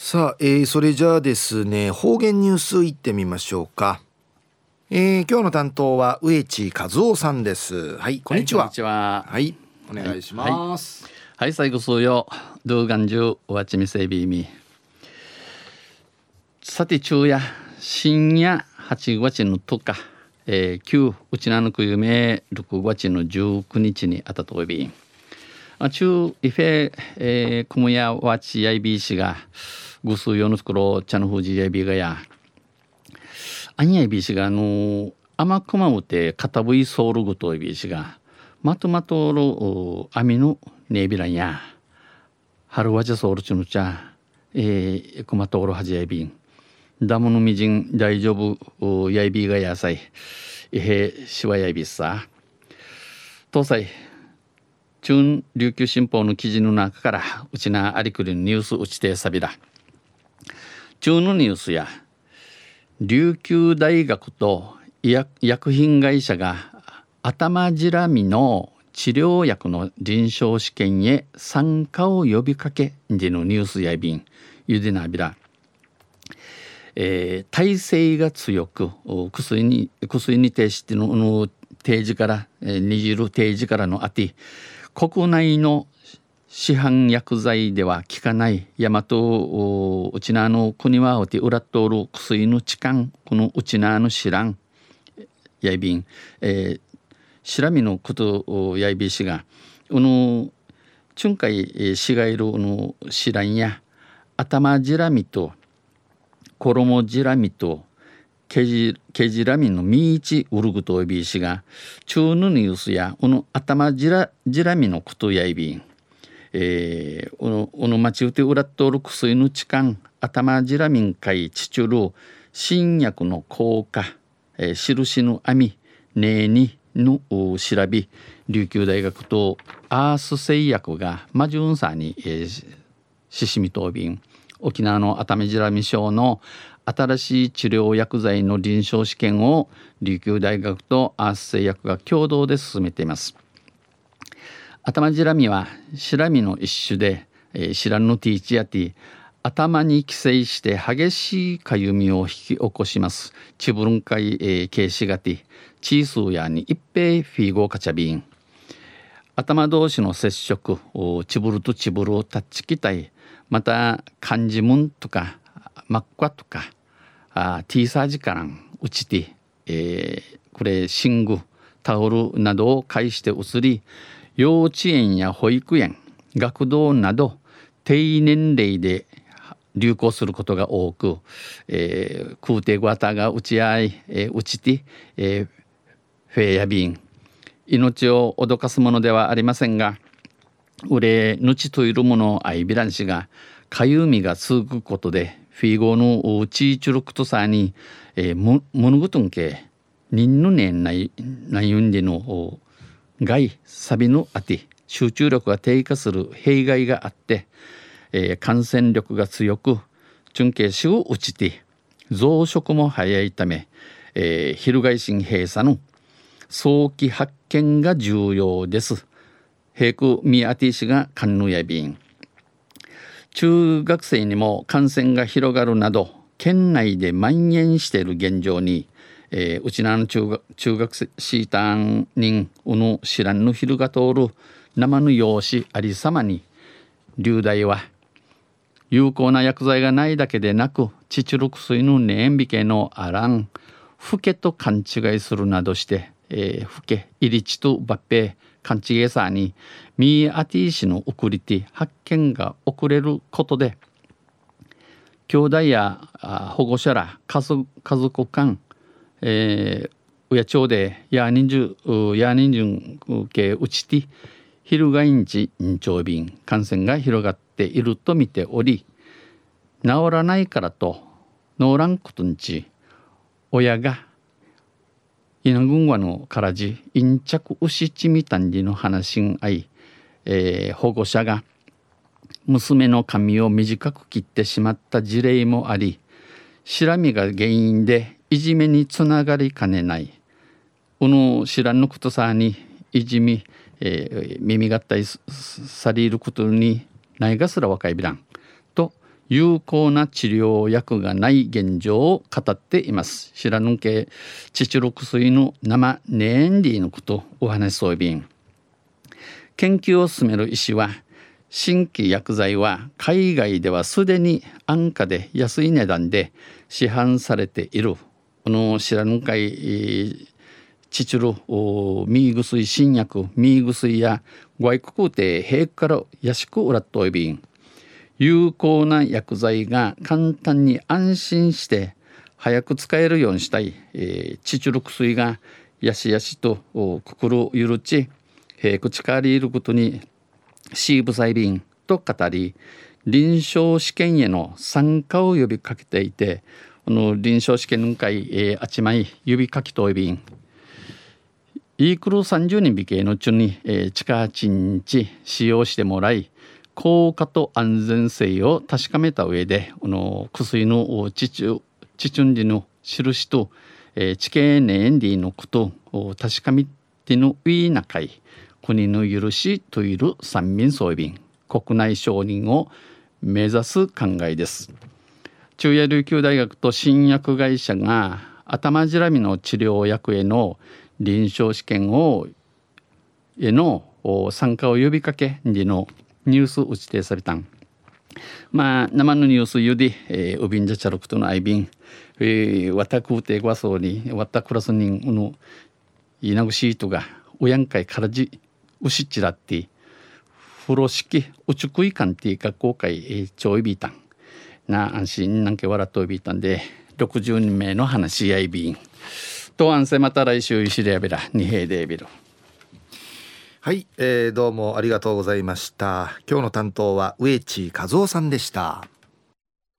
さあ、それじゃあですね、方言ニュースいってみましょうか。今日の担当は植地和夫さんです。はい、こんにちは。 はい、こんにちは。 はい、お願いします。 はい、最後数よ。ドゥーガンジュおわちみせびみ。さて昼夜深夜8月の10日、旧うちなのくゆめ6月の19日にあたとびん。中イフェ、くむやわちやいびしがぐすよのつくろちゃのふじやいびがや。あんやいびしがあまくまうてかたぶいソウルぐといびしがまとまとるあみのねびらんや。春わちゃソウルチュヌチャ、くまとおるはじやいびん。ダムのみじん大丈夫やいびがやさい。いへしわやいびさ。東西中琉球新報の記事の中からうちなありくりのニュースうちてさびら。中のニュースや琉球大学と薬品会社が頭じらみの治療薬の臨床試験へ参加を呼びかけでのニュースやびんゆでなびら、耐性が強く薬に提しての提示から、にじる提示からのあて国内の市販薬剤では効かない大和うちなの国はおてうらっとおる薬の痴漢このうちなの知らんやいびん、しらみのことやいびしがチュンカイしがいる知らんや頭じらみと衣じらみとけじらみのみいちうるぐといびしが中のニュースや頭じらみのことやいびん町うてうらっとおる薬の痴漢頭じらみんかいちちゅる新薬の効果、印の網ねえにの調べ琉球大学とアース製薬がマジュンサーに、ししみとびん沖縄の熱海じらみ症の新しい治療薬剤の臨床試験を琉球大学とアース製薬が共同で進めています。頭じらみはシラミの一種で、シランのティーチやティ頭に寄生して激しいかゆみを引き起こします。チブルンカイ、ケイシガティチースーヤに一平フィーゴーカチャビン頭同士の接触チブルとチブルをタッチきたいまた漢字ムンとかマックワとかティーサージカランうちて、これ寝具タオルなどを介して移り幼稚園や保育園学童など低年齢で流行することが多く、空挺グアタが打ち合い、打ちて、フェアビン命を脅かすものではありませんがうれぬちといるものをアイビランシがかゆみが続くことでフィーゴのチーチュルクトサーに、ものぐとんけにんぬねんないユンデの害サビのあて集中力が低下する弊害があって、感染力が強く準慶死を打ちて増殖も早いため、翻し閉鎖の早期発見が重要です。平空ミアティ氏がカンヌやビン中学生にも感染が広がるなど県内で蔓延している現状に、うちなの中学シータン人うぬ知らんぬひるが通る生の用紙ありさまに流大は有効な薬剤がないだけでなくチチュルクスイのネンビケのあらんフケと勘違いするなどして、フケイリチとバッペ勘違いさにミーアティ氏の送り手発見が遅れることで兄弟や保護者ら家族間、親町でヤーニンジュ系うちてヒルガインチインチョウビン感染が広がっていると見ており治らないからとノーランクトンチ親がイナグンワのからじインチャクウシチミタンジの話んあい、保護者が娘の髪を短く切ってしまった事例もありシラミが原因でいじめにつながりかねない知らんのことさにいじみ、耳がったいさりることにないがすら若いびらんと有効な治療薬がない現状を語っています。知らぬけ父の薬の生年利のことお話しそうびん。研究を進める医師は、新規薬剤は海外ではすでに安価で安い値段で市販されている。この知らぬかい父のミーグ水新薬ミーグ水や外国で平から安く売らっといびん。有効な薬剤が簡単に安心して早く使えるようにしたい、父の薬がやしやしと心ゆるち平く力いることにシーブサイビンと語り、臨床試験への参加を呼びかけていて、この臨床試験会、あちまい呼びかけといびんイークル30人美形のうちに、近1日使用してもらい、効果と安全性を確かめた上で、この薬のチチュンリの印と、地形年利のことを確かめてのウィーナ会国の許しといる三民総便国内承認を目指す考えです。中野琉球大学と新薬会社が頭じらみの治療薬への臨床試験への参加を呼びかけにのニュース打ち定されたん。生のニュースゆで、ウビンジャチャロクとのアイビン、わたくてごわそうにわたクラス人のいなぐしいとがおやんかいからじうしちらって風呂敷うちくいかんて学校会ちょいびいたんな安心なんけわらといびいたんで60人目の話し合いびんと安静また来週石でやべら二平でやべる。 はい、どうもありがとうございました。今日の担当は植地和夫さんでした。